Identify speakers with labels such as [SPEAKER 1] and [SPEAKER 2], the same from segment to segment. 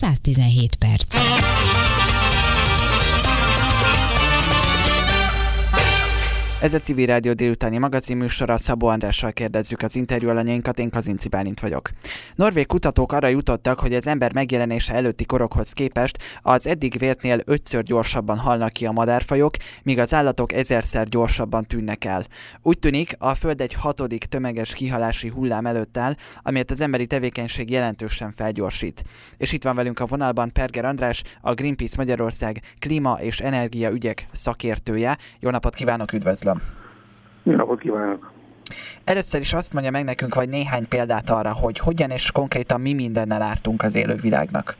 [SPEAKER 1] 117 perc.
[SPEAKER 2] Ez a Civil Rádió délutáni magazinműsora, Szabó Andrással kérdezzük az interjú alanyainkat, én Kazinci Bálint vagyok. Norvég kutatók arra jutottak, hogy az ember megjelenése előtti korokhoz képest az eddig véltnél 5-ször gyorsabban halnak ki a madárfajok, míg az állatok 1000-szer gyorsabban tűnnek el. Úgy tűnik, a Föld egy 6. tömeges kihalási hullám előtt áll, amelyet az emberi tevékenység jelentősen felgyorsít. És itt van velünk a vonalban Perger András, a Greenpeace Magyarország klíma- és energiaügyek szakértője. Jó napot kívánok, üdvözlöm!
[SPEAKER 3] Jó napot kívánok!
[SPEAKER 2] Először is azt mondja meg nekünk, vagy néhány példát arra, hogy hogyan és konkrétan mi mindennel ártunk az élővilágnak.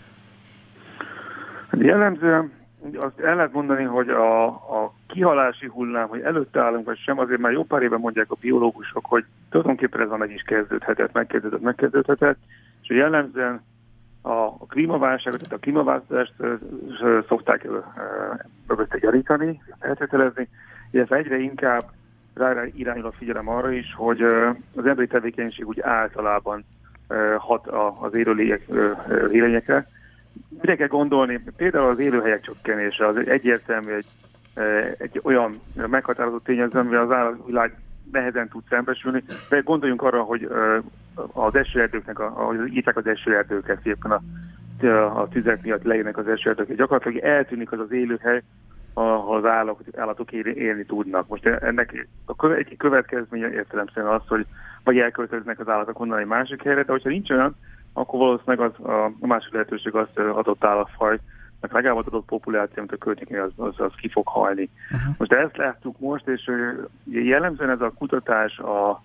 [SPEAKER 3] Jellemzően azt el lehet mondani, hogy a kihalási hullám, hogy előtte állunk vagy sem, azért már jó pár éve mondják a biológusok, hogy tulajdonképpen ez meg is megkezdődhetett, és jellemzően a klímaválságot, tehát a klímaváltozást szokták mögötte gyarítani, feltételezni, illetve egyre inkább rá irányul a figyelem arra is, hogy az emberi tevékenység úgy általában hat az élőlényekre. Mire kell gondolni? Például az élőhelyek csökkenése az egyértelmű egy olyan meghatározó tényező, amivel az állatvilág nehezen tud szembesülni, de gondoljunk arra, hogy az esőerdőknek, ahogy írták az esőerdőket, éppen a tüzek miatt leírnak az esőerdőket, gyakorlatilag eltűnik az az élőhely, ahol az állatok élni tudnak. Most ennek egyik következménye értelemszerűen az, hogy vagy elköltöznek az állatok onnan egy másik helyre, de hogyha nincs olyan, akkor valószínűleg a másik lehetőség az adott állatfaj, meg legalább adott populáció, amit a környékén az ki fog halni. Uh-huh. Most ezt láttuk most, és jellemzően ez a kutatás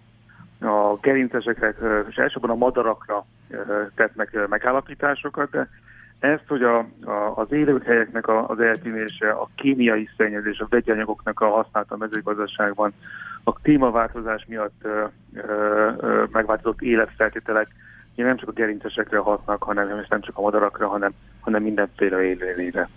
[SPEAKER 3] a gerincesekre, és elsősorban a madarakra tett megállapításokat, de ezt, hogy az élőhelyeknek az eltűnése, a kémiai szennyezés, a vegyi anyagoknak a használata a mezőgazdaságban, a klímaváltozás miatt megváltozott életfeltételek, nem csak a gerincesekre hatnak, hanem nem csak a madarakra, hanem mindenféle élőlényre.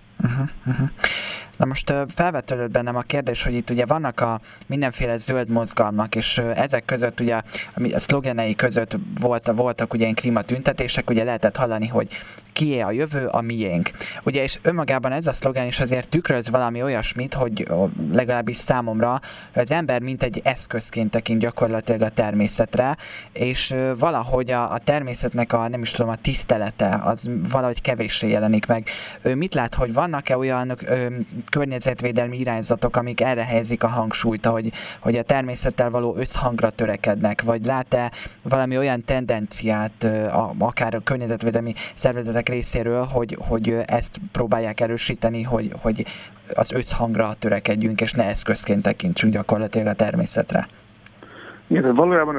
[SPEAKER 2] Na most felvetődött bennem a kérdés, hogy itt ugye vannak a mindenféle zöld mozgalmak, és ezek között ugye a szlogenei között voltak ugye ilyen klímatüntetések, ugye lehetett hallani, hogy kié a jövő, a miénk. Ugye, és önmagában ez a szlogen is azért tükröz valami olyasmit, hogy legalábbis számomra az ember mint egy eszközként tekint gyakorlatilag a természetre, és valahogy a természetnek a tisztelete, az valahogy kevéssé jelenik meg. Mit lát, hogy vannak-e olyan környezetvédelmi irányzatok, amik erre helyezik a hangsúlyt, hogy a természettel való összhangra törekednek, vagy lát-e valami olyan tendenciát, akár a környezetvédelmi szervezetek részéről, hogy ezt próbálják erősíteni, hogy az összhangra törekedjünk, és ne eszközként tekintsünk gyakorlatilag a természetre?
[SPEAKER 3] Igen, valójában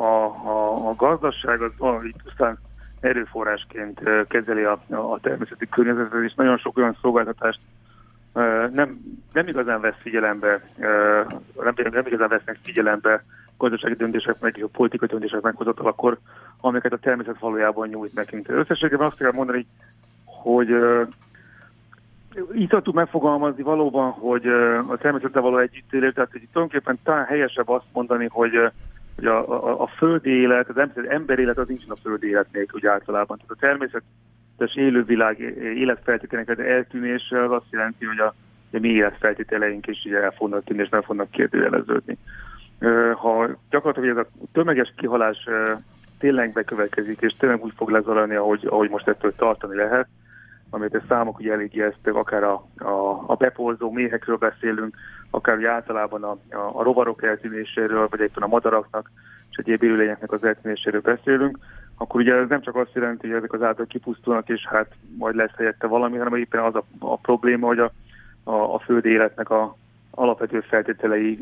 [SPEAKER 3] a gazdaság az valahogy pusztán erőforrásként kezeli a természeti környezetet, és nagyon sok olyan szolgáltatást nem igazán vesz figyelembe, nem igazán vesznek figyelembe gazdasági döntések, meg a politikai döntések meghozatalakor, amiket a természet valójában nyújt nekünk. Összességében azt kell mondani, hogy így tudtuk megfogalmazni valóban, hogy a természettel való együttélés, tehát hogy tulajdonképpen talán helyesebb azt mondani, hogy a földi élet, az ember élet az nincsen a földi élet nélkül úgy általában. Tehát a természetes élővilág életfeltételének eltűnése az azt jelenti, hogy a mi életfeltételeink is el fognak tűnni, és nem fognak kérdőjeleződni. Ha gyakorlatilag ez a tömeges kihalás tényleg bekövetkezik, és tényleg úgy fog lezajlani, ahogy most ettől tartani lehet, amit a számok ugye elég ijesztők, akár a beporzó méhekről beszélünk, akár ugye általában a rovarok eltűnéséről, vagy éppen a madaraknak és egyéb élőlényeknek az eltűnéséről beszélünk, akkor ugye ez nem csak azt jelenti, hogy ezek az állatok kipusztulnak, és hát majd lesz helyette valami, hanem éppen az a probléma, hogy a földi életnek a alapvető feltételei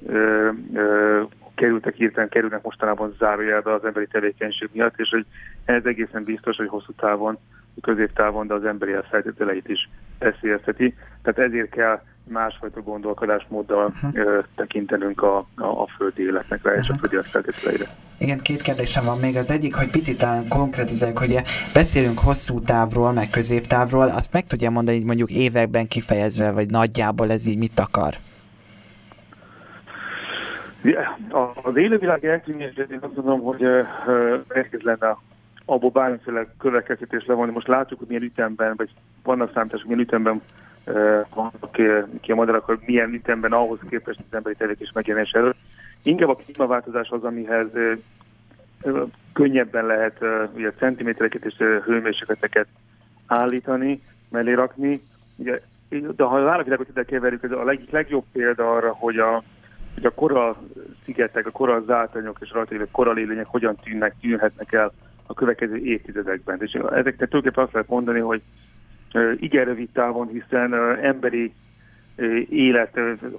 [SPEAKER 3] kerülnek mostanában zárójelbe az emberi tevékenység miatt, és hogy ez egészen biztos, hogy hosszú távon, középtávon, de az emberi feltételeit is veszélyezteti. Tehát ezért kell másfajta gondolkodásmóddal tekintenünk a földi életnek rá, és a földi feltételeire.
[SPEAKER 2] Igen, két kérdésem van még. Az egyik, hogy picit konkretizáljuk, hogy beszélünk hosszú távról, meg középtávról, azt meg tudja mondani, hogy mondjuk években kifejezve, vagy nagyjából ez így mit akar?
[SPEAKER 3] Az élővilág eltűnését én azt mondom, hogy nehéz lenne abból bármiféle következtetés levonni. Most látjuk, hogy milyen ütemben, vagy vannak számítások, milyen ütemben vannak ki a madarak, hogy milyen ütemben ahhoz képest az emberi tevékenység megjelenés előtt. Inkább a klímaváltozás az, amihez könnyebben lehet ugye, centimétereket és hőmérsékleteket állítani, mellé rakni. Ugye, de ha a állatvilágot ide keverjük, ez a legjobb példa arra, hogy a korall-szigetek, a korall-zátonyok és rajta lévő korallélőnyek hogyan tűnhetnek el a következő évtizedekben. És ezeknek tulajdonképpen azt lehet mondani, hogy igen rövid távon, hiszen emberi élet,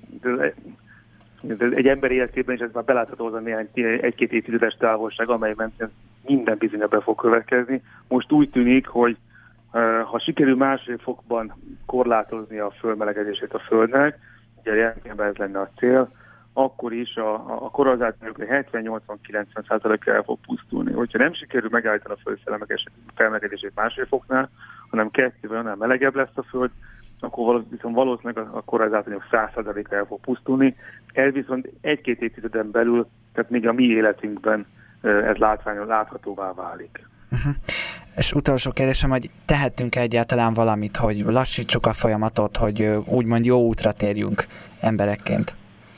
[SPEAKER 3] egy ember életében is ez már belátható az a egy-két évtizedes távolság, amely mentén minden bizonnyal be fog következni. Most úgy tűnik, hogy ha sikerül 1,5 fokban korlátozni a fölmelegedését a Földnek, ugye jelenleg ez lenne a cél, akkor is a korallzátonyok 70-80-90%-a el fog pusztulni. Hogyha nem sikerül megállítani a Föld felmelegedését 1,5 foknál, hanem 2-vel annál melegebb lesz a Föld, akkor viszont valószínűleg a korallzátonyok 100%-a el fog pusztulni. Ez viszont 1-2 évtizeden belül, tehát még a mi életünkben ez láthatóvá válik.
[SPEAKER 2] Uh-huh. És utolsó kérdésem, hogy tehetünk egyáltalán valamit, hogy lassítsuk a folyamatot, hogy úgymond jó útra térjünk emberekként?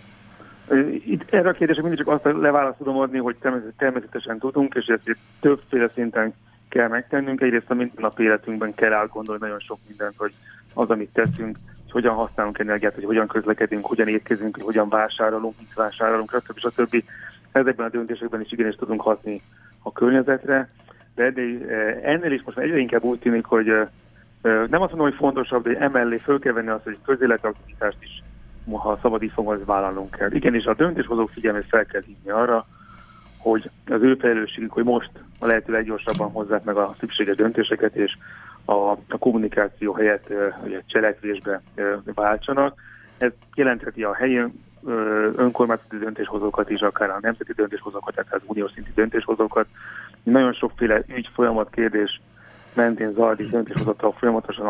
[SPEAKER 3] Itt erre a kérdésre mindig csak azt leválaszt tudom adni, hogy természetesen tudunk, és ezt többféle szinten kell megtennünk. Egyrészt a mindennapi életünkben kell átgondolni nagyon sok mindent, hogy az, amit teszünk, hogy hogyan használunk energiát, hogy hogyan közlekedünk, hogyan étkezünk, hogy hogyan vásárolunk, mit vásárolunk, stb. Ezekben a döntésekben is igenis tudunk hatni a környezetre, de ennél is most egyre inkább úgy tűnik, hogy nem azt mondom, hogy fontosabb, de emellé föl kell venni azt, hogy közéleti aktivitást is, ha szabad így fogom, vállalnunk kell. Igenis, a döntéshozók figyelmét fel kell hívni arra, hogy az ő felelősségük, hogy most a lehető leggyorsabban hozzák meg a szükséges döntéseket, és a kommunikáció helyett cselekvésbe váltsanak. Ez jelentheti a helyi önkormányzati döntéshozókat is, akár a nemzeti döntéshozókat, tehát az uniós szintű döntéshozókat. Nagyon sokféle ügy, folyamat, kérdés mentén zajlik döntéshozatal folyamatosan,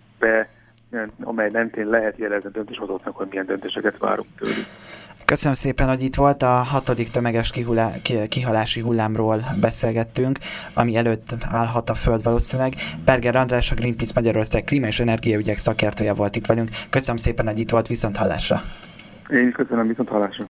[SPEAKER 3] amely mentén lehet jelezni a döntéshozóknak, hogy milyen döntéseket várunk tőlük.
[SPEAKER 2] Köszönöm szépen, hogy itt volt. A 6. tömeges kihalási hullámról beszélgettünk, ami előtt állhat a Föld valószínűleg. Berger András, a Greenpeace Magyarország klíma- és energiaügyek szakértője volt itt velünk. Köszönöm szépen, hogy itt volt, viszont hallásra.
[SPEAKER 3] Én is köszönöm, viszont hallásra.